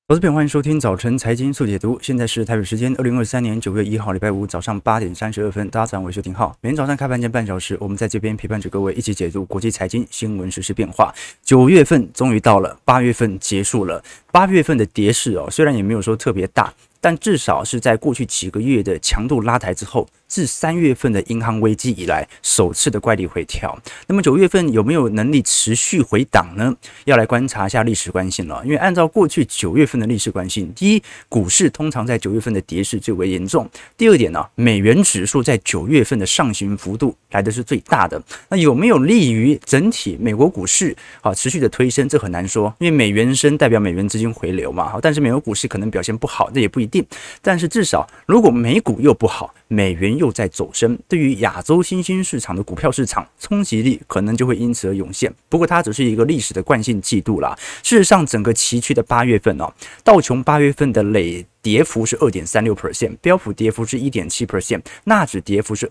投资朋友，欢迎收听早晨财经速解读。现在是台北时间2023年9月1号，礼拜五早上8点32分。大家早上好，我是丁浩。每天早上开盘前半小时，我们在这边陪伴着各位一起解读国际财经新闻、时事变化。9月份终于到了，8月份结束了。8月份的跌势虽然也没有说特别大，但至少是在过去几个月的强度拉抬之后，自3月份的银行危机以来首次的怪力回调。那么9月份有没有能力持续回档呢？要来观察一下历史惯性了。因为按照过去9月份的历史惯性，第一，股市通常在9月份的跌势最为严重；第二点呢，美元指数在9月份的上行幅度来的是最大的。那有没有利于整体美国股市持续的推升？这很难说，因为美元升代表美元资金回流嘛。但是美国股市可能表现不好，这也不一定。但是至少如果美股又不好，美元又在走升，对于亚洲新兴市场的股票市场冲击力可能就会因此而涌现。不过它只是一个历史的惯性季度啦。事实上，整个期区的8月份道琼8月份的累跌幅是 2.36%， 标普跌幅是 1.7%， 纳指跌幅是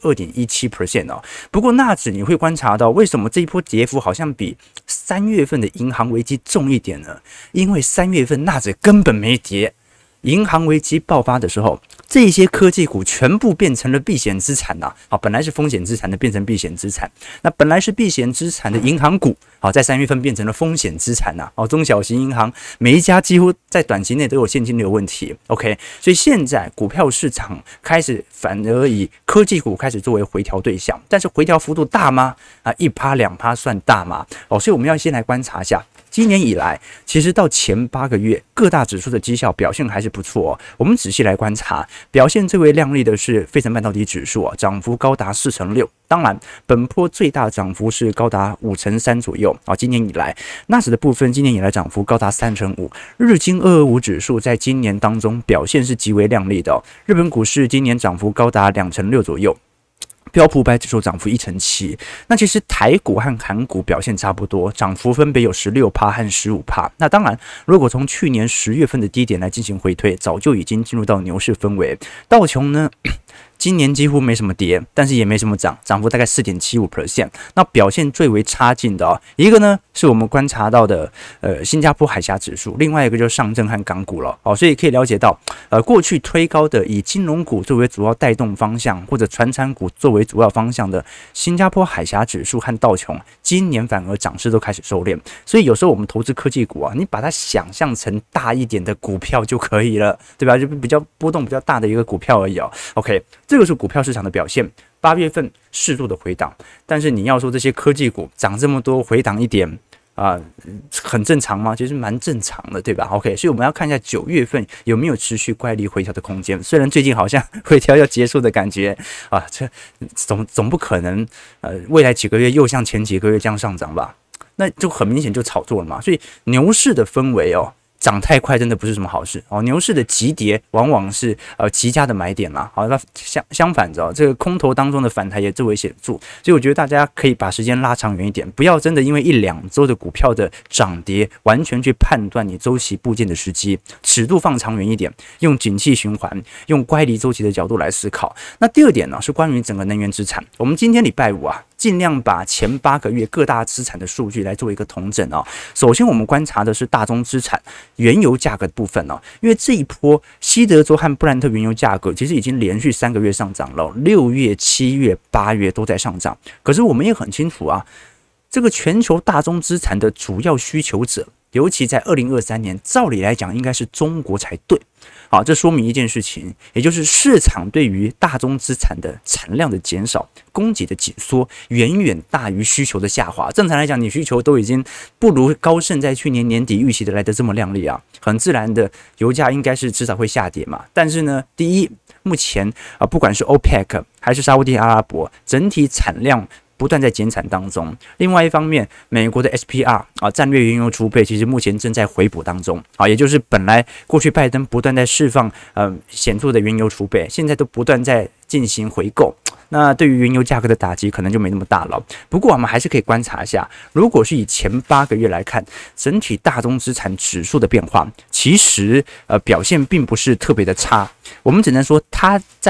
2.17%。不过纳指你会观察到，为什么这一波跌幅好像比3月份的银行危机重一点呢？因为3月份纳指根本没跌，银行危机爆发的时候，这些科技股全部变成了避险资产本来是风险资产的变成避险资产，那本来是避险资产的银行股在3月份变成了风险资产中小型银行每一家几乎在短期内都有现金流问题。OK， 所以现在股票市场开始反而以科技股开始作为回调对象，但是回调幅度大吗？1%、2%算大吗？所以我们要先来观察一下。今年以来，其实到前8个月，各大指数的绩效表现还是不错我们仔细来观察，表现最为亮丽的是费城半导体指数涨幅高达4%6%。当然，本波最大涨幅是高达5%3左右今年以来，纳指的部分今年以来涨幅高达3%5%。日经225指数在今年当中表现是极为亮丽的日本股市今年涨幅高达2%6左右。标普500指数涨幅1%7%，那其实台股和韩股表现差不多，涨幅分别有16%和15%。那当然，如果从去年10月份的低点来进行回推，早就已经进入到牛市氛围。道琼呢？今年几乎没什么跌，但是也没什么涨，涨幅大概 4.75%。那表现最为差劲的一个呢，是我们观察到的新加坡海峡指数，另外一个就是上证和港股了所以可以了解到过去推高的以金融股作为主要带动方向，或者传产股作为主要方向的新加坡海峡指数和道琼，今年反而涨势都开始收敛。所以有时候我们投资科技股你把它想象成大一点的股票就可以了，对吧？就比较波动比较大的一个股票而已OK。这个是股票市场的表现，8月份适度的回档，但是你要说这些科技股涨这么多，回档一点很正常吗？其实蛮正常的，对吧 ？OK， 所以我们要看一下9月份有没有持续怪力回调的空间。虽然最近好像回调要结束的感觉这总不可能未来几个月又像前几个月这样上涨吧？那就很明显就炒作了嘛。所以牛市的氛围涨太快真的不是什么好事牛市的急跌往往是极佳的买点啦。那相反着这个空头当中的反弹也最为显著，所以我觉得大家可以把时间拉长远一点，不要真的因为1-2周的股票的涨跌完全去判断你周期部件的时机，尺度放长远一点，用景气循环、用乖离周期的角度来思考。那第二点呢，是关于整个能源资产。我们今天礼拜五尽量把前8个月各大资产的数据来做一个统整首先我们观察的是大宗资产原油价格的部分因为这一波西德州和布兰特原油价格其实已经连续3个月上涨了，6月、7月、8月都在上涨。可是我们也很清楚这个全球大宗资产的主要需求者，尤其在2023年，照理来讲应该是中国才对。这说明一件事情，也就是市场对于大宗资产的产量的减少、供给的紧缩，远远大于需求的下滑。正常来讲，你需求都已经不如高盛在去年年底预期的来得这么亮丽很自然的，油价应该是迟早会下跌嘛。但是呢，第一，目前不管是 OPEC 还是沙烏地阿拉伯，整体产量不断在减产当中。另外一方面，美国的 SPR 战略原油储备其实目前正在回补当中也就是本来过去拜登不断在释放显著的原油储备，现在都不断在进行回购。那对于原油价格的打击可能就没那么大了。不过我们还是可以观察一下，如果是以前8个月来看，整体大宗资产指数的变化，其实表现并不是特别的差。我们只能说它在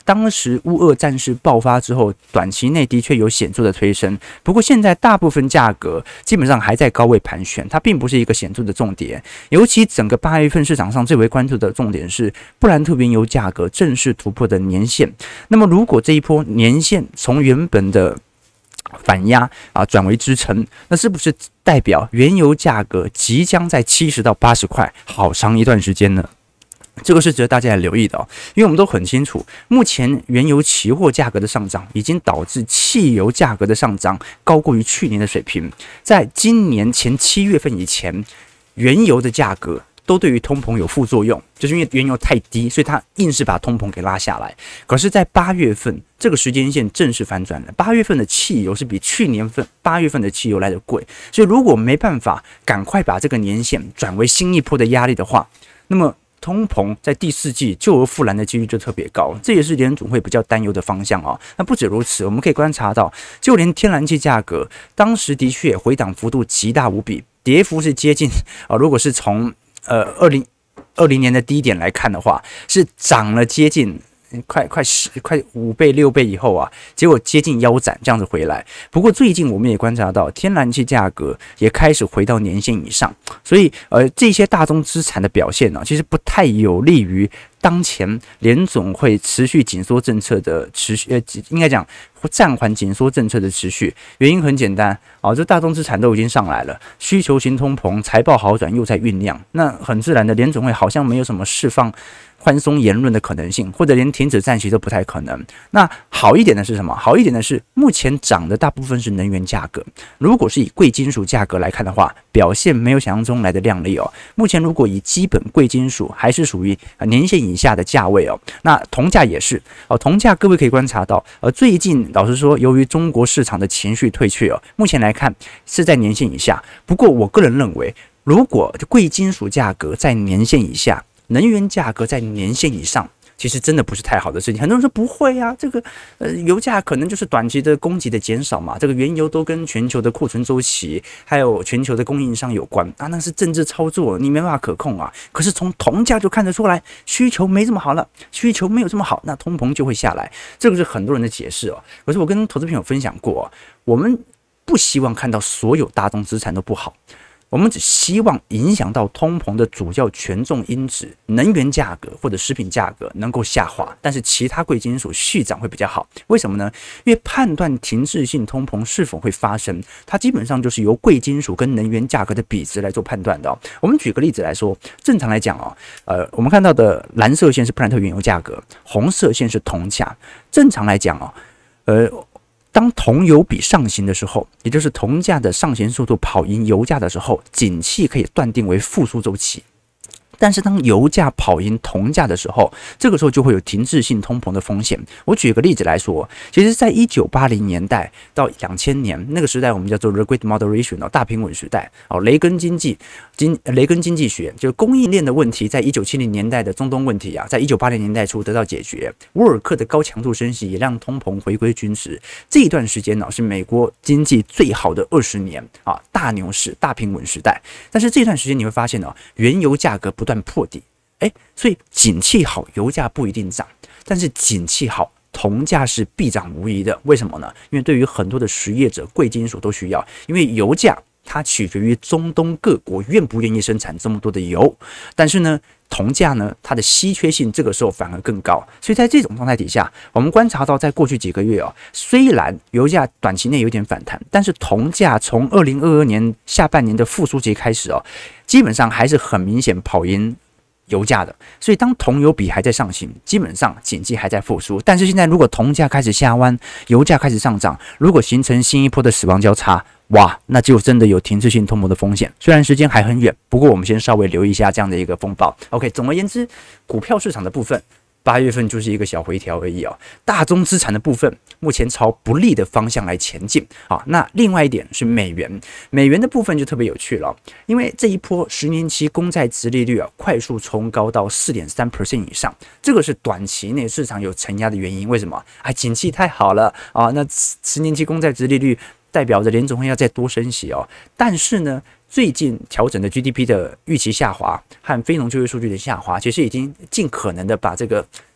当时乌俄战事爆发之后，短期内的确有显著的推升，不过现在大部分价格基本上还在高位盘旋，它并不是一个显著的重点。尤其整个8月份市场上最为关注的重点是布兰特原油价格正式突破的年线。那么如果这一波年线从原本的反压转为支撑，那是不是代表原油价格即将在70到80块好长一段时间呢？这个是值得大家来留意的因为我们都很清楚，目前原油期货价格的上涨已经导致汽油价格的上涨高过于去年的水平。在今年前7月份以前，原油的价格都对于通膨有副作用，就是因为原油太低，所以它硬是把通膨给拉下来。可是，在8月份这个时间线正式反转了，8月份的汽油是比去年8月份的汽油来得贵，所以如果没办法赶快把这个年线转为新一波的压力的话，那么通膨在第4季救而复燃的几率就特别高，这也是联准会比较担忧的方向那不止如此，我们可以观察到，就连天然气价格当时的确回档幅度极大无比，跌幅是接近如果是从2020年的低点来看的话，是涨了接近快5倍6倍以后结果接近腰斩这样子回来。不过最近我们也观察到，天然气价格也开始回到年线以上，所以这些大宗资产的表现其实不太有利于当前联总会持续紧缩政策的持续，应该讲暂缓紧缩政策的持续。原因很简单这大宗资产都已经上来了，需求型通膨、财报好转又在酝酿，那很自然的，联总会好像没有什么释放宽松言论的可能性，或者连停止降息都不太可能。那好一点的是什么？好一点的是，目前涨的大部分是能源价格。如果是以贵金属价格来看的话，表现没有想象中来的亮丽目前如果以基本贵金属还是属于年线以下的价位那铜价也是铜价各位可以观察到，最近老实说，由于中国市场的情绪退却目前来看是在年线以下。不过我个人认为，如果贵金属价格在年线以下，能源价格在年线以上，其实真的不是太好的事情。很多人说不会这个油价可能就是短期的供给的减少嘛，这个原油都跟全球的库存周期还有全球的供应商有关那是政治操作，你没办法可控可是从铜价就看得出来，需求没这么好了，需求没有这么好，那通膨就会下来，这个是很多人的解释可是我跟投资朋友分享过我们不希望看到所有大宗资产都不好，我们只希望影响到通膨的主要权重因子能源价格或者食品价格能够下滑，但是其他贵金属续涨会比较好。为什么呢？因为判断停滞性通膨是否会发生，它基本上就是由贵金属跟能源价格的比值来做判断的我们举个例子来说，正常来讲我们看到的蓝色线是布兰特原油价格，红色线是铜价。正常来讲当铜油比上行的时候，也就是铜价的上行速度跑赢油价的时候，景气可以断定为复苏周期。但是当油价跑赢铜价的时候，这个时候就会有停滞性通膨的风险。我举个例子来说，其实在1980年代到2000年那个时代，我们叫做 The Great Moderation 大平稳时代雷根经济学，就是供应链的问题，在1970年代的中东问题在1980年代初得到解决。沃尔克的高强度升息也让通膨回归均值。这一段时间是美国经济最好的20年大牛市、大平稳时代。但是这段时间你会发现原油价格不断破底，所以景气好，油价不一定涨，但是景气好，铜价是必涨无疑的。为什么呢？因为对于很多的实业者，贵金属都需要，因为油价它取决于中东各国愿不愿意生产这么多的油，但是呢，铜价呢，它的稀缺性这个时候反而更高，所以在这种状态底下，我们观察到，在过去几个月虽然油价短期内有点反弹，但是铜价从2022年下半年的复苏期开始基本上还是很明显跑赢油价的。所以当铜油比还在上行，基本上经济还在复苏。但是现在如果铜价开始下弯，油价开始上涨，如果形成新一波的死亡交叉，哇，那就真的有停滞性通膨的风险。虽然时间还很远，不过我们先稍微留意一下这样的一个风暴。OK， 总而言之，股票市场的部分8月份就是一个小回调而已大宗资产的部分目前朝不利的方向来前进那另外一点是美元，美元的部分就特别有趣了因为这一波10年期公债殖利率快速冲高到 4.3% 以上，这个是短期内市场有承压的原因。为什么？景气太好了那10年期公债殖利率代表着联总会要再多升息但是呢，最近调整的 GDP 的预期下滑和非农就业数据的下滑，其实已经尽可能的把这个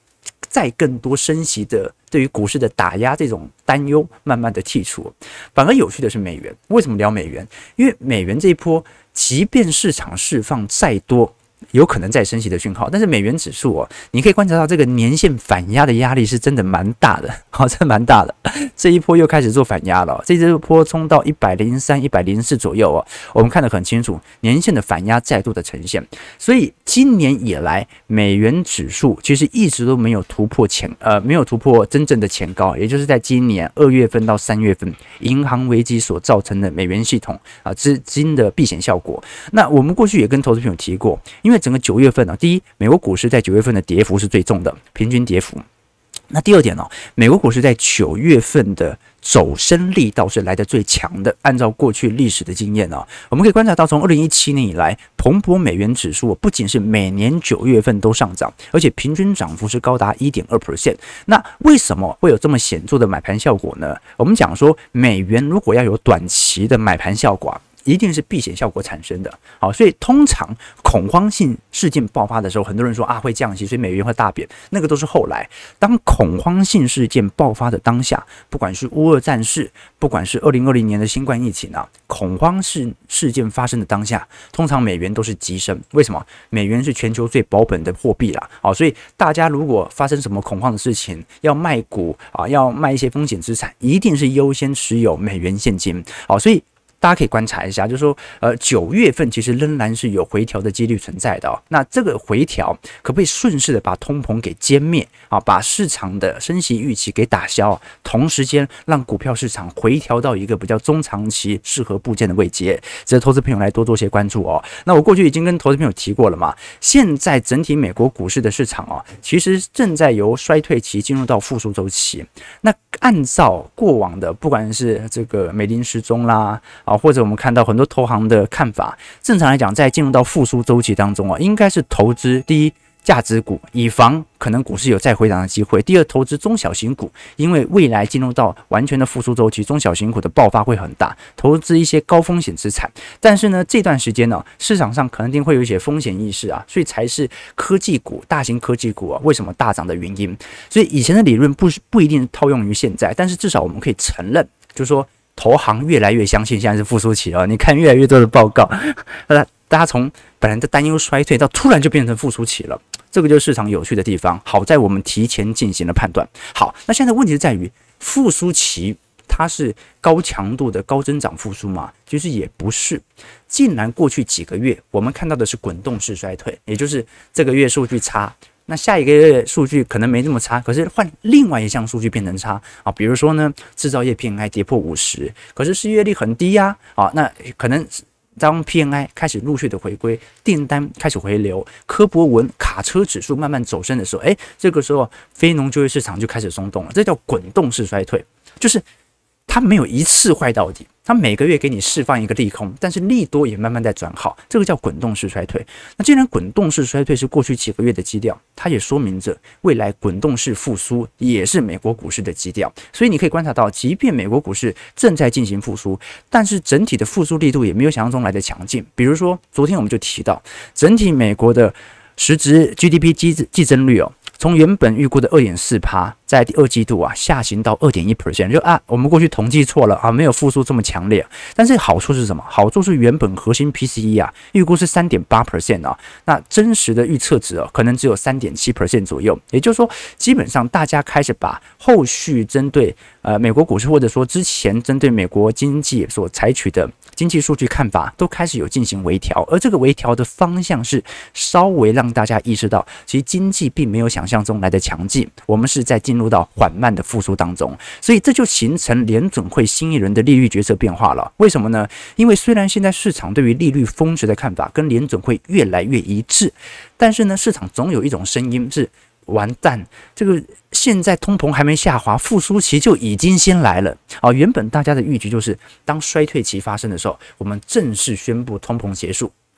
再更多升息的对于股市的打压这种担忧慢慢的剔除。反而有趣的是美元，为什么聊美元？因为美元这一波，即便市场释放再多有可能再升息的讯号，但是美元指数你可以观察到这个年线反压的压力是真的蛮大的，真的蛮大的。这一波又开始做反压了，这一波冲到103、104左右我们看得很清楚，年线的反压再度的呈现。所以今年以来，美元指数其实一直都没有突破没有突破真正的前高，也就是在今年2月份到3月份，银行危机所造成的美元系统资金的避险效果。那我们过去也跟投资朋友提过，因为整个9月份第一，美国股市在9月份的跌幅是最重的，平均跌幅。那第二点美国股市在9月份的走升力道是来得最强的。按照过去历史的经验我们可以观察到，从2017年以来，彭博美元指数不仅是每年9月份都上涨，而且平均涨幅是高达 1.2%。那为什么会有这么显著的买盘效果呢？我们讲说，美元如果要有短期的买盘效果，一定是避险效果产生的。好，所以通常恐慌性事件爆发的时候，很多人说会降息，所以美元会大贬，那个都是后来。当恐慌性事件爆发的当下，不管是乌俄战事，不管是2020年的新冠疫情恐慌性事件发生的当下，通常美元都是急升。为什么？美元是全球最保本的货币啦。好，所以大家如果发生什么恐慌的事情，要卖股要卖一些风险资产，一定是优先持有美元现金。好，所以大家可以观察一下，就是说，9月份其实仍然是有回调的几率存在的那这个回调可不可以顺势的把通膨给歼灭把市场的升息预期给打消，同时间让股票市场回调到一个比较中长期适合部件的位阶，值得投资朋友来多做些关注那我过去已经跟投资朋友提过了嘛，现在整体美国股市的市场其实正在由衰退期进入到复苏周期。那按照过往的，不管是这个美林时钟啦或者我们看到很多投行的看法，正常来讲，在进入到复苏周期当中应该是投资第一价值股，以防可能股市有再回档的机会；第二，投资中小型股，因为未来进入到完全的复苏周期，中小型股的爆发会很大，投资一些高风险资产。但是呢，这段时间市场上肯定会有一些风险意识所以才是科技股、大型科技股为什么大涨的原因。所以以前的理论不一定套用于现在，但是至少我们可以承认，就是说，投行越来越相信现在是复苏期了。你看越来越多的报告，大家从本来的担忧衰退到突然就变成复苏期了，这个就是市场有趣的地方。好在我们提前进行了判断。好，那现在问题是在于复苏期它是高强度的高增长复苏吗？其实也不是。竟然过去几个月我们看到的是滚动式衰退，也就是这个月数据差，那下一个月数据可能没那么差，可是换另外一项数据变成差比如说呢，制造业 PMI 跌破50，可是失业率很低那可能当 PMI 开始陆续的回归，订单开始回流，科博文卡车指数慢慢走升的时候，这个时候非农就业市场就开始松动了，这叫滚动式衰退，就是它没有一次坏到底，它每个月给你释放一个利空，但是利多也慢慢在转好，这个叫滚动式衰退。那既然滚动式衰退是过去几个月的基调，它也说明着未来滚动式复苏也是美国股市的基调。所以你可以观察到，即便美国股市正在进行复苏，但是整体的复苏力度也没有想象中来的强劲。比如说昨天我们就提到，整体美国的实质 GDP 季增率从原本预估的 2.4%， 在第二季度下行到 2.1%， 就我们过去统计错了没有复苏这么强烈。但是好处是什么？好处是原本核心 PCE 预估是 3.8%那真实的预测值可能只有 3.7% 左右。也就是说，基本上大家开始把后续针对美国股市，或者说之前针对美国经济所采取的经济数据看法，都开始有进行微调，而这个微调的方向是稍微让大家意识到，其实经济并没有想象中来的强劲，我们是在进入到缓慢的复苏当中，所以这就形成联准会新一轮的利率决策变化了。为什么呢？因为虽然现在市场对于利率峰值的看法跟联准会越来越一致，但是呢，市场总有一种声音是完蛋，这个现在通膨还没下滑，复苏期就已经先来了原本大家的预期就是，当衰退期发生的时候，我们正式宣布通膨结束，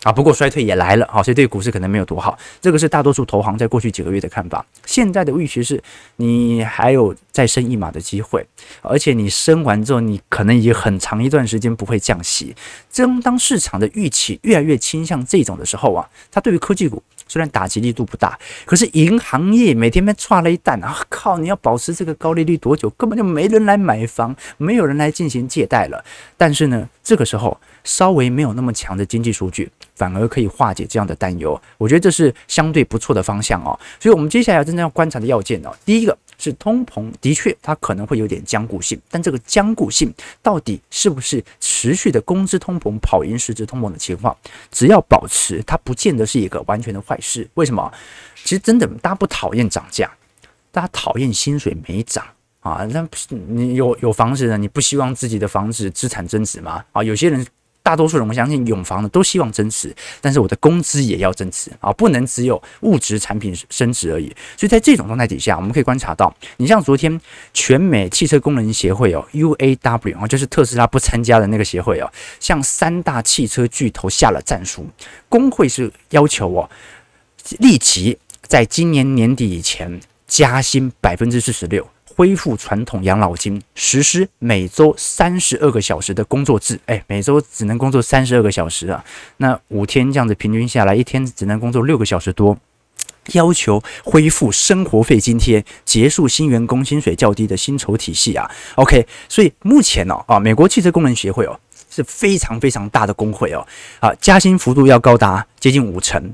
不过衰退也来了所以对股市可能没有多好。这个是大多数投行在过去几个月的看法。现在的预期是，你还有再升一码的机会，而且你升完之后，你可能也很长一段时间不会降息。当市场的预期越来越倾向这种的时候它对于科技股虽然打击力度不大，可是银行业每天被踹了一弹靠，你要保持这个高利率多久？根本就没人来买房，没有人来进行借贷了。但是呢，这个时候稍微没有那么强的经济数据，反而可以化解这样的担忧。我觉得这是相对不错的方向所以我们接下来真正要观察的要件第一个是通膨，的确它可能会有点僵固性，但这个僵固性到底是不是持续的工资通膨跑赢实质通膨的情况？只要保持，它不见得是一个完全的坏事。为什么？其实真的大家不讨厌涨价，大家讨厌薪水没涨那你有房子的，你不希望自己的房子资产增值吗？有些人。大多数人我相信永房的都希望增值，但是我的工资也要增值不能只有物质产品升值而已。所以在这种状态底下，我们可以观察到，你像昨天全美汽车工人协会UAW 就是特斯拉不参加的那个协会向3大汽车巨头下了战书，工会是要求立即在今年年底以前加薪46%。恢复传统养老金，实施每周32个小时的工作制。每周只能工作32个小时那5天这样子平均下来，一天只能工作6个小时多。要求恢复生活费津贴，结束新员工薪水较低的薪酬体系OK， 所以目前美国汽车工人协会是非常非常大的工会加薪幅度要高达接近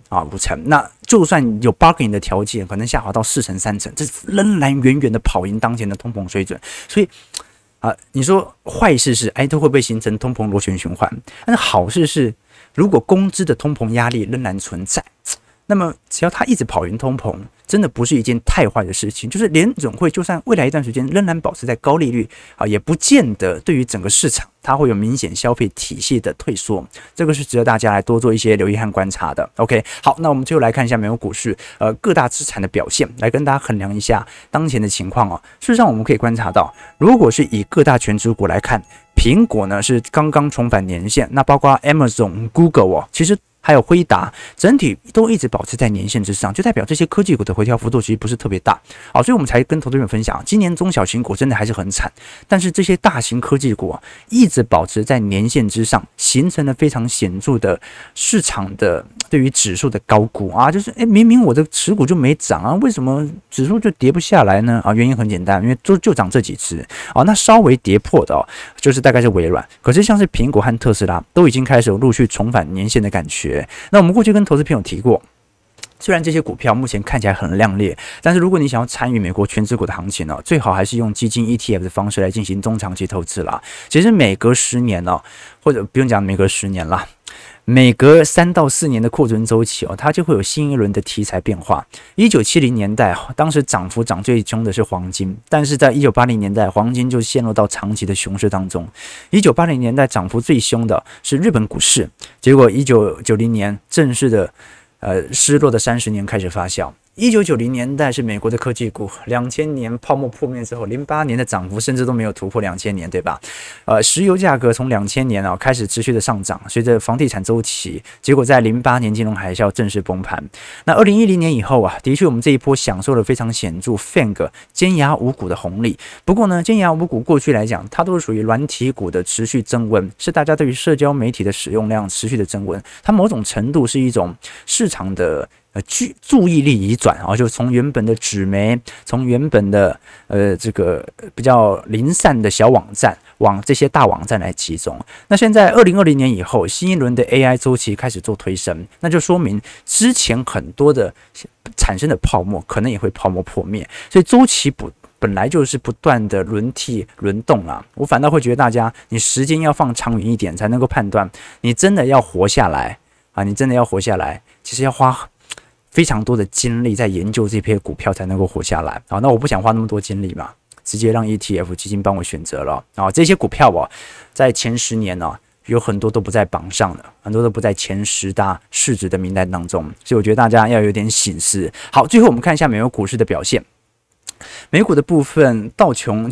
5%那就算有 bargain 的条件，可能下滑到4成3成，这仍然远远的跑赢当前的通膨水准。所以你说坏事是它会不会形成通膨螺旋循环？但是好事是，如果工资的通膨压力仍然存在，那么只要它一直跑赢通膨，真的不是一件太坏的事情。就是联准会就算未来一段时间仍然保持在高利率也不见得对于整个市场它会有明显消费体系的退缩。这个是值得大家来多做一些留意和观察的。OK， 好，那我们最后来看一下美国股市各大资产的表现，来跟大家衡量一下当前的情况事实上，我们可以观察到，如果是以各大权值股来看，苹果呢是刚刚重返年线，那包括 Amazon、Google 其实还有辉达，整体都一直保持在年线之上，就代表这些科技股的回调幅度其实不是特别大所以我们才跟投资者分享，今年中小型股真的还是很惨，但是这些大型科技股一直保持在年线之上，形成了非常显著的市场的对于指数的高估就是明明我的持股就没涨为什么指数就跌不下来呢原因很简单，因为就涨这几只那稍微跌破的就是大概是微软，可是像是苹果和特斯拉都已经开始有陆续重返年线的感觉。那我们过去跟投资朋友提过，虽然这些股票目前看起来很亮丽，但是如果你想要参与美国全指股的行情最好还是用基金 ETF 的方式来进行中长期投资啦。其实每隔10年或者不用讲每隔10年啦，每隔3到4年的扩存周期它就会有新一轮的题材变化。1970年代当时涨幅涨最凶的是黄金，但是在1980年代黄金就陷入到长期的熊市当中。1980年代涨幅最凶的是日本股市，结果1990年正式的失落的30年开始发酵。1990年代是美国的科技股，2000年泡沫破灭之后，08年的涨幅甚至都没有突破2000年，对吧？石油价格从2000年开始持续的上涨，随着房地产周期，结果在08年金融海啸正式崩盘。那2010年以后的确我们这一波享受了非常显著 FANG 尖牙五股的红利。不过呢，尖牙五股过去来讲，它都是属于软体股的持续增温，是大家对于社交媒体的使用量持续的增温，它某种程度是一种市场的注意力移转就从原本的纸媒，从原本的这个比较零散的小网站往这些大网站来集中。那现在2020年以后，新一轮的 AI 周期开始做推升，那就说明之前很多的产生的泡沫可能也会泡沫破灭，所以周期本来就是不断的轮替轮动我反倒会觉得大家你时间要放长远一点，才能够判断你真的要活下来你真的要活下来，其实要花非常多的精力在研究这批股票才能够活下来那我不想花那么多精力嘛，直接让 ETF 基金帮我选择了这些股票在前10年有很多都不在榜上的，很多都不在前10大市值的名单当中，所以我觉得大家要有点省思。好，最后我们看一下美国股市的表现。美股的部分，道琼其实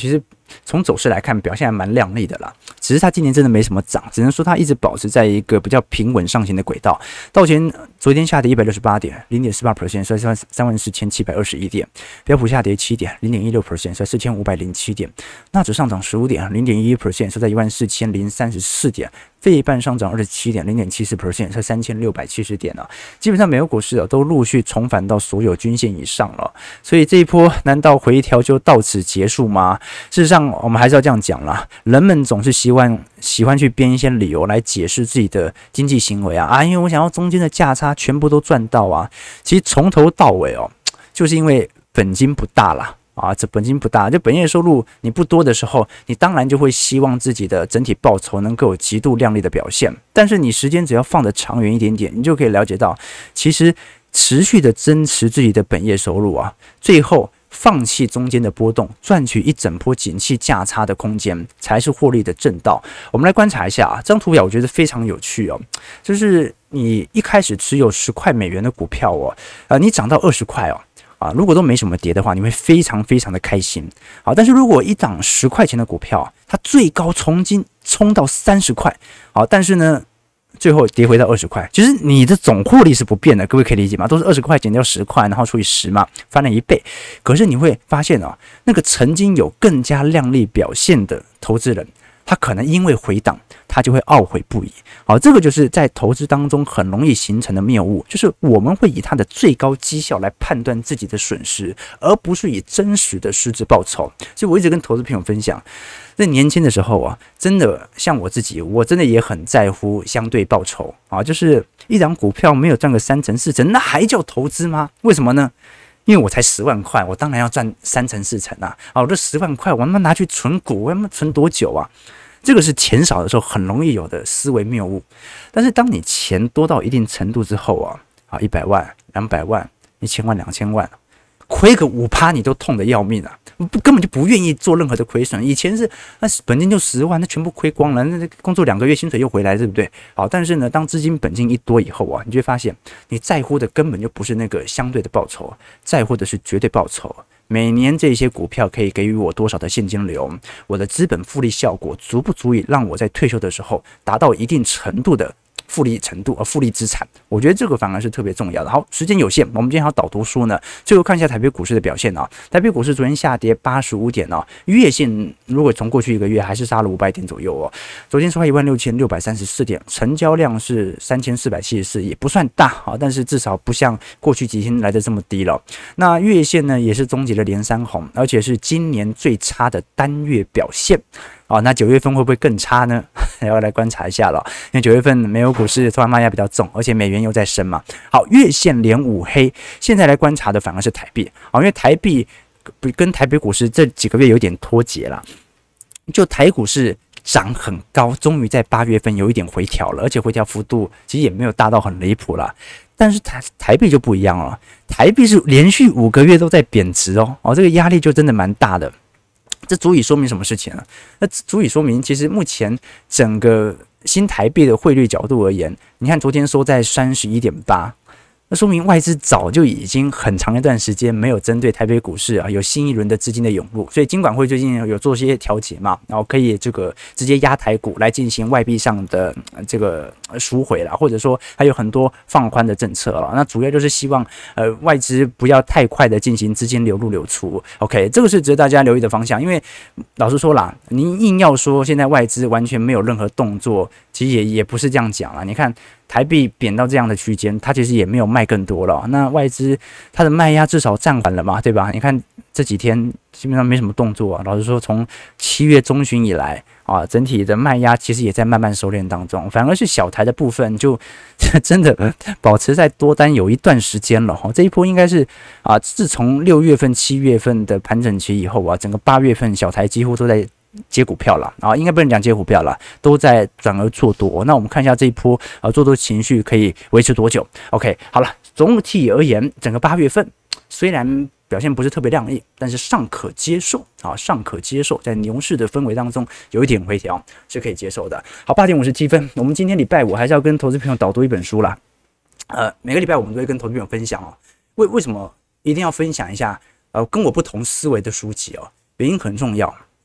从走势来看，表现还蛮亮丽的啦。只是它今年真的没什么涨，只能说它一直保持在一个比较平稳上行的轨道。道琼昨天下跌168点，0.48%，衰34721点；标普下跌7点，0.16%，衰4507点；纳指上涨15点，0.11%，收在14034点。费半上涨27点，0.74%，是3670点啊。基本上美国股市都陆续重返到所有均线以上了，所以这一波难道回调就到此结束吗？事实上，我们还是要这样讲啦，人们总是喜欢去编一些理由来解释自己的经济行为啊，因为我想要中间的价差全部都赚到啊。其实从头到尾就是因为本金不大啦。这本金不大，就本业收入你不多的时候，你当然就会希望自己的整体报酬能够有极度亮丽的表现。但是你时间只要放得长远一点点，你就可以了解到，其实持续的增持自己的本业收入最后放弃中间的波动，赚取一整波景气价差的空间，才是获利的正道。我们来观察一下这张图表，我觉得非常有趣就是你一开始持有10块美元的股票你涨到20块如果都没什么跌的话，你会非常非常的开心。但是如果一档10块钱的股票，它最高冲到30块，但是呢，最后跌回到20块，其实你的总获利是不变的，各位可以理解吗？都是20块减掉10块，然后除以10嘛，翻了1倍。可是你会发现那个曾经有更加亮丽表现的投资人，他可能因为回档，他就会懊悔不已。这个就是在投资当中很容易形成的谬误，就是我们会以它的最高绩效来判断自己的损失，而不是以真实的实质报酬。所以我一直跟投资朋友分享，在年轻的时候真的像我自己，我真的也很在乎相对报酬就是一档股票没有赚个3成4成，那还叫投资吗？为什么呢？因为我才10万块，我当然要赚3成4成我这10万块，我他妈拿去存股，我他妈存多久啊？这个是钱少的时候很容易有的思维谬误。但是当你钱多到一定程度之后100万、200万、1000万、2000万，亏个5%你都痛得要命根本就不愿意做任何的亏损。以前是那本金就10万，那全部亏光了，那工作2个月薪水又回来，对不对？但是呢，当资金本金一多以后你就会发现，你在乎的根本就不是那个相对的报酬，在乎的是绝对报酬。每年这些股票可以给予我多少的现金流？我的资本复利效果足不足以让我在退休的时候达到一定程度的复利程度复利资产？我觉得这个反而是特别重要的。好，时间有限，我们今天还要导读书呢。最后看一下台北股市的表现台北股市昨天下跌85点月线如果从过去1个月还是杀了500点左右昨天收在16634点，成交量是3474，也不算大但是至少不像过去几天来的这么低了。那月线呢也是终结了连3红，而且是今年最差的单月表现。那9月份会不会更差呢？要来观察一下了，因为9月份美国股市突然卖压比较重，而且美元又在升嘛。好，月线连5黑，现在来观察的反而是台币因为台币跟台北股市这几个月有点脱节了。就台股市涨很高，终于在8月份有一点回调了，而且回调幅度其实也没有大到很离谱啦。但是台币就不一样了，台币是连续5个月都在贬值这个压力就真的蛮大的。这足以说明什么事情呢？那足以说明，其实目前整个新台币的汇率角度而言，你看昨天收在31.8，那说明外资早就已经很长一段时间没有针对台北股市有新一轮的资金的涌入，所以金管会最近有做些调节嘛，然后可以这个直接压台股来进行外币上的这个赎回啦，或者说还有很多放宽的政策了。那主要就是希望外资不要太快的进行资金流入流出。OK， 这个是值得大家留意的方向，因为老实说啦，你硬要说现在外资完全没有任何动作，其实也不是这样讲啦。你看台币贬到这样的区间，它其实也没有卖更多了。那外资它的卖压至少暂缓了嘛，对吧？你看这几天基本上没什么动作老实说，从7月中旬以来整体的卖压其实也在慢慢收敛当中，反而是小台的部分就真的保持在多单有一段时间了这一波应该是自从6月份、7月份的盘整期以后整个8月份小台几乎都在接股票了应该不能讲接股票了，都在转而做多。那我们看一下这一波做多情绪可以维持多久 ？OK， 好了，总体而言，整个8月份虽然表现不是特别亮丽，但是尚可接受尚可接受，在牛市的氛围当中有一点回调是可以接受的。好，8点57分，我们今天礼拜五还是要跟投资朋友导读一本书啦。每个礼拜我们都会跟投资朋友分享为什么一定要分享一下跟我不同思维的书籍原因很重要。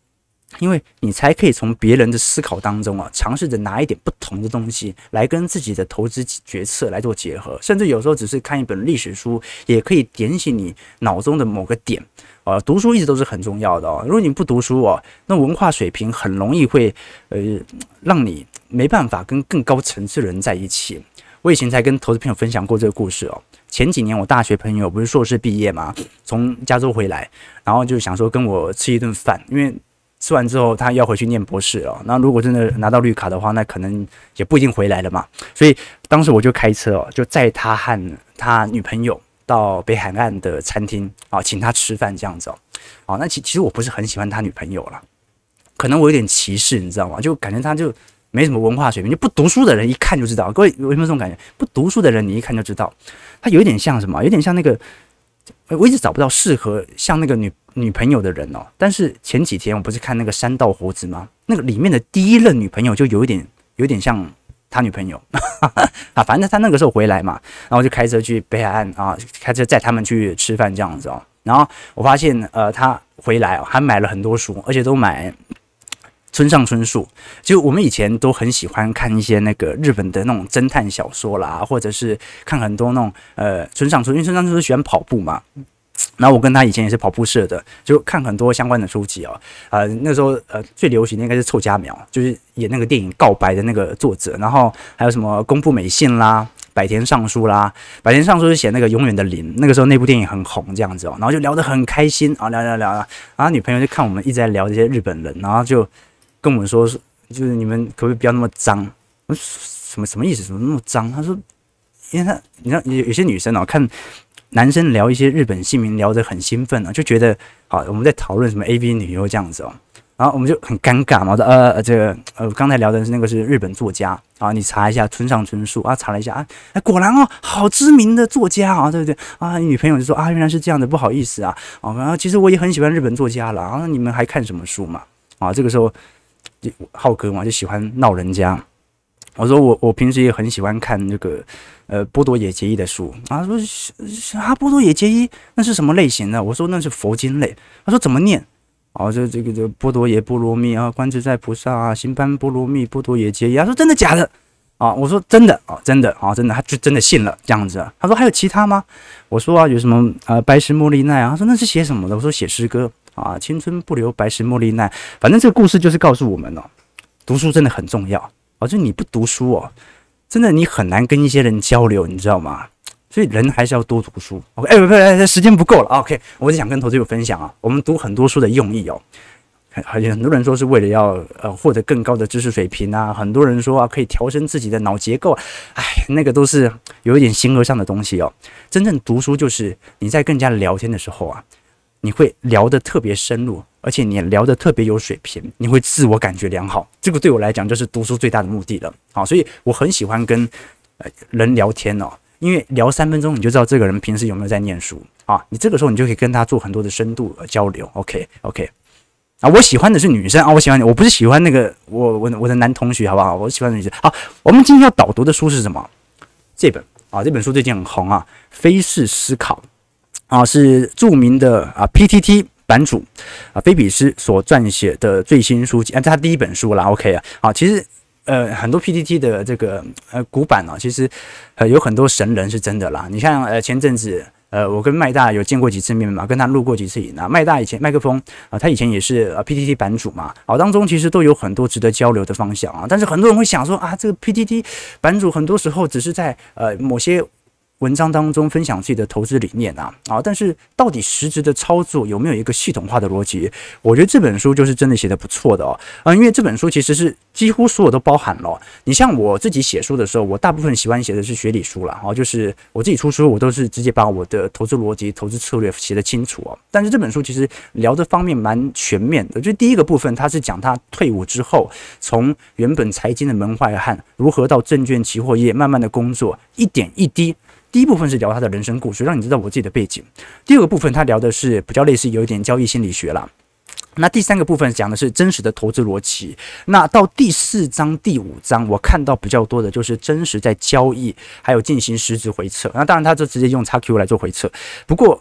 因为你才可以从别人的思考当中尝试着拿一点不同的东西来跟自己的投资决策来做结合，甚至有时候只是看一本历史书，也可以点醒你脑中的某个点。读书一直都是很重要的如果你不读书那文化水平很容易会让你没办法跟更高层次的人在一起。我以前才跟投资朋友分享过这个故事前几年我大学朋友不是硕士毕业嘛，从加州回来，然后就想说跟我吃一顿饭，因为吃完之后他要回去念博士那如果真的拿到绿卡的话，那可能也不一定回来了嘛。所以当时我就开车就载他和他女朋友到北海岸的餐厅请他吃饭这样子那其实我不是很喜欢他女朋友啦，可能我有点歧视，你知道吗？就感觉他就没什么文化水平，就不读书的人一看就知道。各位有没有这种感觉？不读书的人你一看就知道，他有点像什么？有点像那个，我一直找不到适合像那个女朋友的人但是前几天我不是看那个山道猴子吗？那个里面的第一任女朋友就有点像他女朋友反正他那个时候回来嘛，然后就开车去北海岸开车载他们去吃饭这样子然后我发现他回来还买了很多书，而且都买村上春树。就我们以前都很喜欢看一些那个日本的那种侦探小说啦，或者是看很多那种村上春树，因为村上春树喜欢跑步嘛。然后我跟他以前也是跑步社的，就看很多相关的书籍那时候最流行的应该是臭家苗，就是演那个电影《告白》的那个作者，然后还有什么宫部美信啦、百田尚书啦，百田尚书是写那个永远的零，那个时候那部电影很红这样子然后就聊得很开心聊，然后女朋友就看我们一直在聊这些日本人，然后就跟我们说，就是你们可不可以不要那么脏？我说什么意思？怎么那么脏？他说，因为你知道有些女生看男生聊一些日本姓名聊得很兴奋就觉得我们在讨论什么 AV 女优这样子然后我们就很尴尬嘛，我说这个刚才聊的是那个是日本作家你查一下村上春树查了一下果然好知名的作家对不对你女朋友就说原来是这样的，不好意思然后其实我也很喜欢日本作家了你们还看什么书嘛这个时候浩哥嘛就喜欢闹人家。我说我平时也很喜欢看这个波多野结衣的书他说波多野结衣那是什么类型的？我说那是佛经类。他说怎么念？这个波多野波罗蜜观自在菩萨行般波罗蜜波多野结衣。他说真的假的？我说真的真的真的，他就真的信了这样子他说还有其他吗？我说有什么白石茉莉奈他说那是写什么的？我说写诗歌青春不留白石茉莉奈。反正这个故事就是告诉我们读书真的很重要就你不读书真的你很难跟一些人交流，你知道吗？所以人还是要多读书。不，时间不够了。OK， 我只想跟投资者分享我们读很多书的用意很多人说是为了要获得更高的知识水平很多人说可以调升自己的脑结构。那个都是有一点形而上的东西真正读书就是你在跟人家聊天的时候你会聊得特别深入，而且你聊得特别有水平，你会自我感觉良好。这个对我来讲就是读书最大的目的了所以我很喜欢跟人聊天因为聊3分钟你就知道这个人平时有没有在念书你这个时候你就可以跟他做很多的深度交流。OK 我喜欢的是女生我不是喜欢那个我的男同学，好不好？我喜欢的女生。好，我们今天要导读的书是什么？这本书最近很红非式思考是著名的PTT 版主菲比斯所撰写的最新书籍这是他第一本书啦。OK 其实很多 PTT 的这个古版其实有很多神人是真的啦。你看前阵子我跟麦大有见过几次面嘛，跟他录过几次影麦大以前麦克风他以前也是PTT 版主嘛当中其实都有很多值得交流的方向但是很多人会想说这个 PTT 版主很多时候只是在某些文章当中分享自己的投资理念但是到底实质的操作有没有一个系统化的逻辑？我觉得这本书就是真的写得不错的因为这本书其实是几乎所有都包含了你像我自己写书的时候，我大部分喜欢写的是学理书啦就是我自己出书，我都是直接把我的投资逻辑、投资策略写得清楚但是这本书其实聊的方面蛮全面的，就第一个部分，它是讲他退伍之后，从原本财经的门外汉如何到证券期货业慢慢的工作，一点一滴。第一部分是聊他的人生故事，让你知道我自己的背景。第二个部分他聊的是比较类似有一点交易心理学啦。那第三个部分讲的是真实的投资逻辑。那到第4章、第5章，我看到比较多的就是真实在交易，还有进行实质回测。那当然他就直接用 XQ 来做回测。不过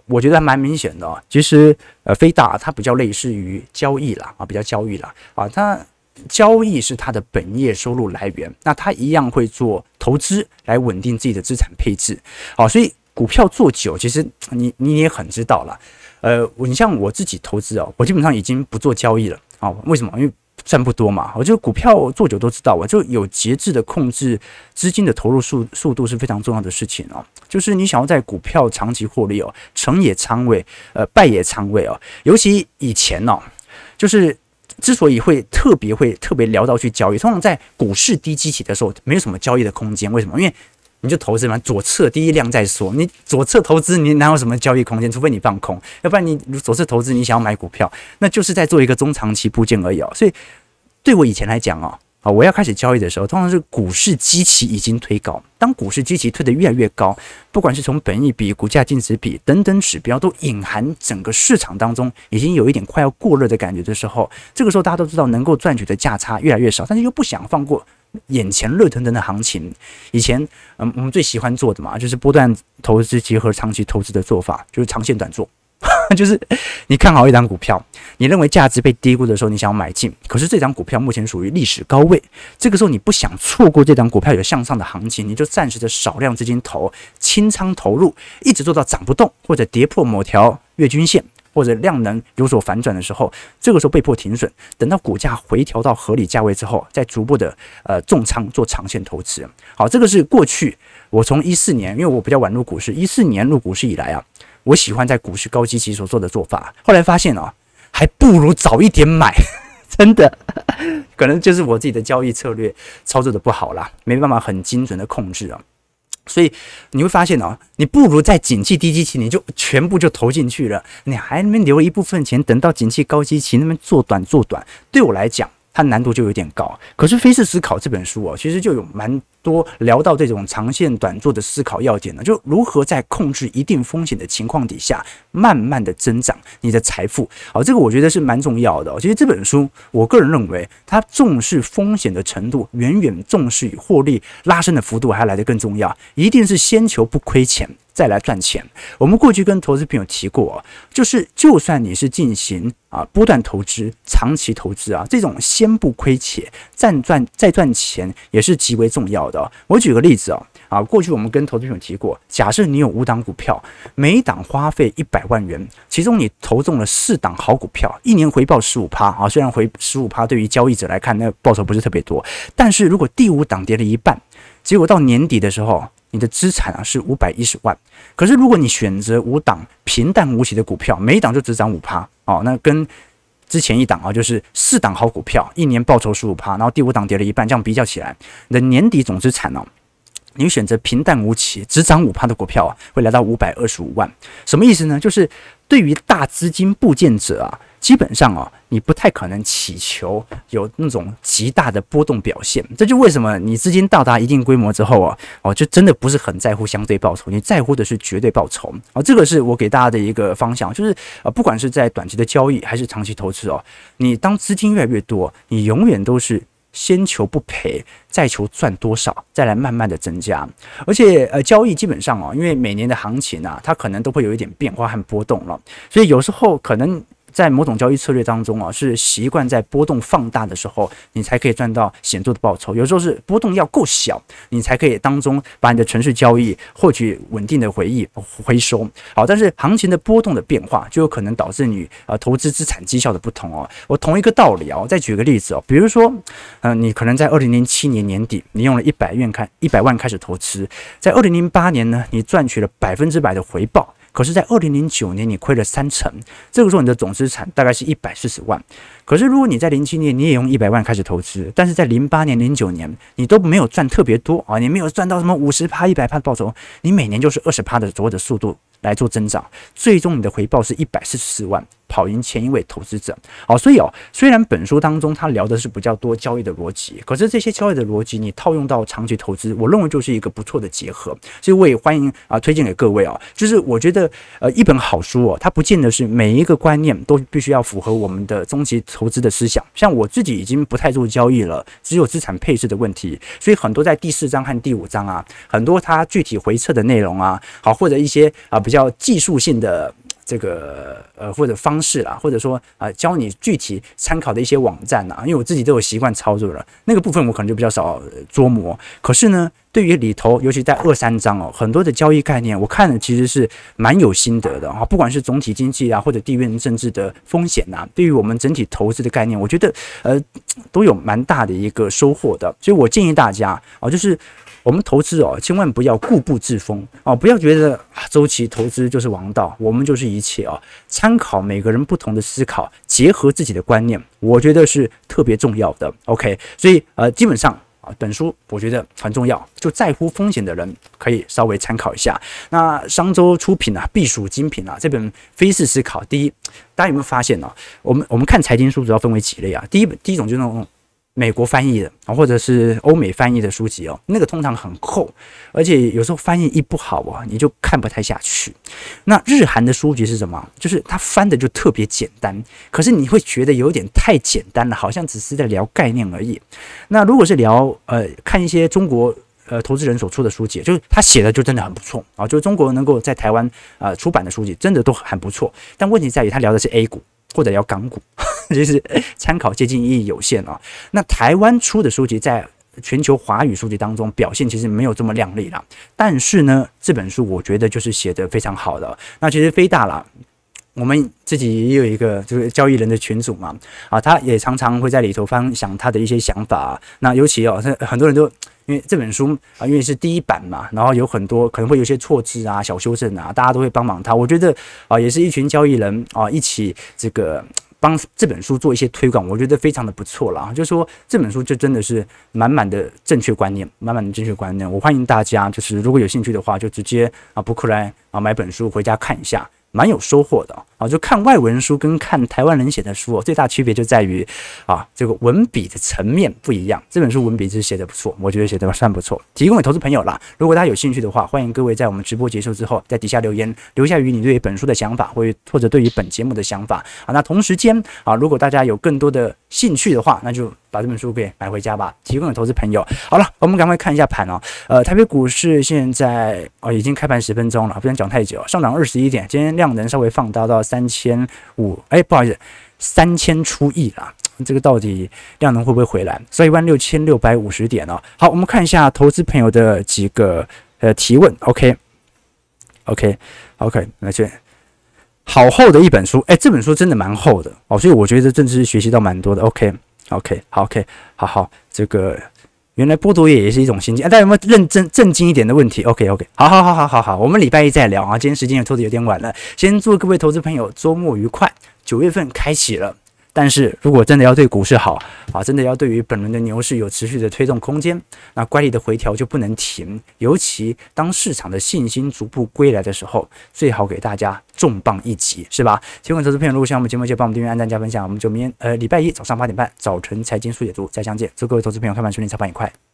我觉得还蛮明显的其实飞大它比较类似于交易啦比较交易啦它交易是它的本业收入来源，那它一样会做投资来稳定自己的资产配置所以股票做久，其实你也很知道啦。你像我自己投资我基本上已经不做交易了为什么？因为赚不多嘛，我觉得股票做久都知道就有节制的控制资金的投入速度是非常重要的事情就是你想要在股票长期获利成也仓位，败也仓位尤其以前就是之所以会特别聊到去交易，通常在股市低基期的时候没有什么交易的空间，为什么？因为你就投资嘛，左侧第一量再说，你左侧投资你哪有什么交易空间？除非你放空，要不然你左侧投资你想要买股票，那就是在做一个中长期部件而已所以对我以前来讲我要开始交易的时候，通常是股市基期已经推高。当股市基期推得越来越高，不管是从本益比、股价净值比等等指标，都隐含整个市场当中已经有一点快要过热的感觉的时候，这个时候大家都知道能够赚取的价差越来越少，但是又不想放过眼前热腾腾的行情。以前我们最喜欢做的嘛，就是波段投资结合长期投资的做法，就是长线短做。就是你看好一档股票，你认为价值被低估的时候，你想要买进，可是这档股票目前属于历史高位，这个时候你不想错过这档股票有向上的行情，你就暂时的少量资金清仓投入，一直做到涨不动或者跌破某条月均线，或者量能有所反转的时候，这个时候被迫停损，等到股价回调到合理价位之后，再逐步的重仓做长线投资。好，这个是过去我从14年，因为我比较晚入股市，14年入股市以来我喜欢在股市高基期所做的做法，后来发现还不如早一点买，真的，可能就是我自己的交易策略操作的不好啦，没办法很精准的控制所以你会发现你不如在景气低基期你就全部就投进去了，你还那边留了一部分钱，等到景气高基期那边做短，对我来讲它难度就有点高。可是《非式思考》这本书其实就有蛮多聊到这种长线短做的思考要点呢，就如何在控制一定风险的情况底下，慢慢的增长你的财富。这个我觉得是蛮重要的其实这本书，我个人认为，它重视风险的程度，远远重视与获利拉升的幅度还来得更重要，一定是先求不亏钱，再来赚钱。我们过去跟投资朋友提过就是就算你是进行波段投资、长期投资这种先不亏钱再赚钱也是极为重要的我举个例子过去我们跟投资朋友提过，假设你有5档股票，每一档花费100万元，其中你投中了4档好股票，一年回报 15%虽然回 15% 对于交易者来看那报酬不是特别多，但是如果第5档跌了一半，结果到年底的时候你的资产是510万。可是如果你选择5档平淡无奇的股票，每一档就只涨 5%那跟之前一档就是4档好股票，一年报酬 15%， 然后第5档跌了一半，这样比较起来，你的年底总资产你选择平淡无奇只涨 5% 的股票会来到525万。什么意思呢？就是对于大资金部件者基本上你不太可能祈求有那种极大的波动表现。这就为什么你资金到达一定规模之后就真的不是很在乎相对报酬，你在乎的是绝对报酬这个是我给大家的一个方向，就是不管是在短期的交易还是长期投资你当资金越来越多，你永远都是先求不赔，再求赚多少，再来慢慢的增加。而且交易基本上因为每年的行情它可能都会有一点变化和波动了，所以有时候可能在某种交易策略当中是习惯在波动放大的时候，你才可以赚到显著的报酬。有时候是波动要够小，你才可以当中把你的程式交易获取稳定的回收。好，但是行情的波动的变化，就有可能导致你投资资产绩效的不同我同一个道理再举个例子比如说你可能在2007年年底，你用了100万开始投资，在2008年呢，你赚取了100%的回报。可是，在2009年你亏了30%，这个时候你的总资产大概是140万。可是，如果你在07年你也用100万开始投资，但是在08年、09年你都没有赚特别多你没有赚到什么50%、100%的报酬，你每年就是20%的左右的速度来做增长，最终你的回报是144万。 跑赢前一位投资者。好，所以虽然本书当中他聊的是比较多交易的逻辑，可是这些交易的逻辑你套用到长期投资，我认为就是一个不错的结合。所以我也欢迎推荐给各位就是我觉得一本好书它不见得是每一个观念都必须要符合我们的中期投资的思想。像我自己已经不太做交易了，只有资产配置的问题，所以很多在第4章和第5章很多它具体回测的内容好，或者一些比较技术性的这个或者方式啦，或者说教你具体参考的一些网站因为我自己都有习惯操作了，那个部分我可能就比较少琢磨。可是呢，对于里头，尤其在2、3章很多的交易概念，我看了其实是蛮有心得的不管是总体经济或者地缘政治的风险对于我们整体投资的概念，我觉得都有蛮大的一个收获的。所以我建议大家就是我们投资千万不要固步自封不要觉得周期投资就是王道，我们就是一切参考每个人不同的思考，结合自己的观念，我觉得是特别重要的。OK， 所以基本上本书我觉得很重要，就在乎风险的人可以稍微参考一下。那商周出品必属精品这本非式思考，第一，大家有没有发现我们看财经书主要分为几类第一种就是那种美国翻译的或者是欧美翻译的书籍那个通常很厚，而且有时候翻译一不好你就看不太下去。那日韩的书籍是什么？就是它翻的就特别简单，可是你会觉得有点太简单了，好像只是在聊概念而已。那如果是聊看一些中国投资人所出的书籍，就是他写的就真的很不错就是中国能够在台湾出版的书籍真的都很不错，但问题在于他聊的是 A 股或者聊港股，就是参考接近意义有限那台湾出的书籍在全球华语书籍当中表现其实没有这么亮丽啦，但是呢，这本书我觉得就是写得非常好的。那其实飞大啦，我们自己也有一个就是交易人的群组嘛他也常常会在里头分享他的一些想法那尤其很多人都因为这本书因为是第1版嘛，然后有很多可能会有一些错字小修正大家都会帮忙他。我觉得也是一群交易人一起这个帮这本书做一些推广，我觉得非常的不错啦。就是说这本书就真的是满满的正确观念，我欢迎大家就是如果有兴趣的话，就直接博客来买本书回家看一下。蛮有收获的就看外文书跟看台湾人写的书最大区别就在于这个文笔的层面不一样。这本书文笔是写的不错，我觉得写的算不错，提供给投资朋友啦。如果大家有兴趣的话，欢迎各位在我们直播结束之后，在底下留言，留下于你对于本书的想法，或者对于本节目的想法那同时间如果大家有更多的兴趣的话，那就把这本书给买回家吧，提供给投资朋友。好了，我们赶快看一下盘台北股市现在已经开盘10分钟了，不想讲太久，上涨21点，今天量能稍微放大到3500，不好意思，3000出亿啦。这个到底量能会不会回来？16650点好，我们看一下投资朋友的几个提问。OK， 那这好厚的一本书，这本书真的蛮厚的所以我觉得真的是学习到蛮多的。OK， 好，这个原来剥夺也是一种心境大家有没有认真正经一点的问题 ？OK， 好，我们礼拜一再聊今天时间也拖得有点晚了，先祝各位投资朋友周末愉快。9月份开启了。但是如果真的要对股市好真的要对于本轮的牛市有持续的推动空间，那乖离的回调就不能停，尤其当市场的信心逐步归来的时候，最好给大家重磅一击，是吧？请问投资朋友，如果喜欢我们节目，就帮我们订阅、按赞、加分享，我们就礼拜一早上8点半早晨财经速解读再相见。祝各位投资朋友开盘顺利，操盘愉快。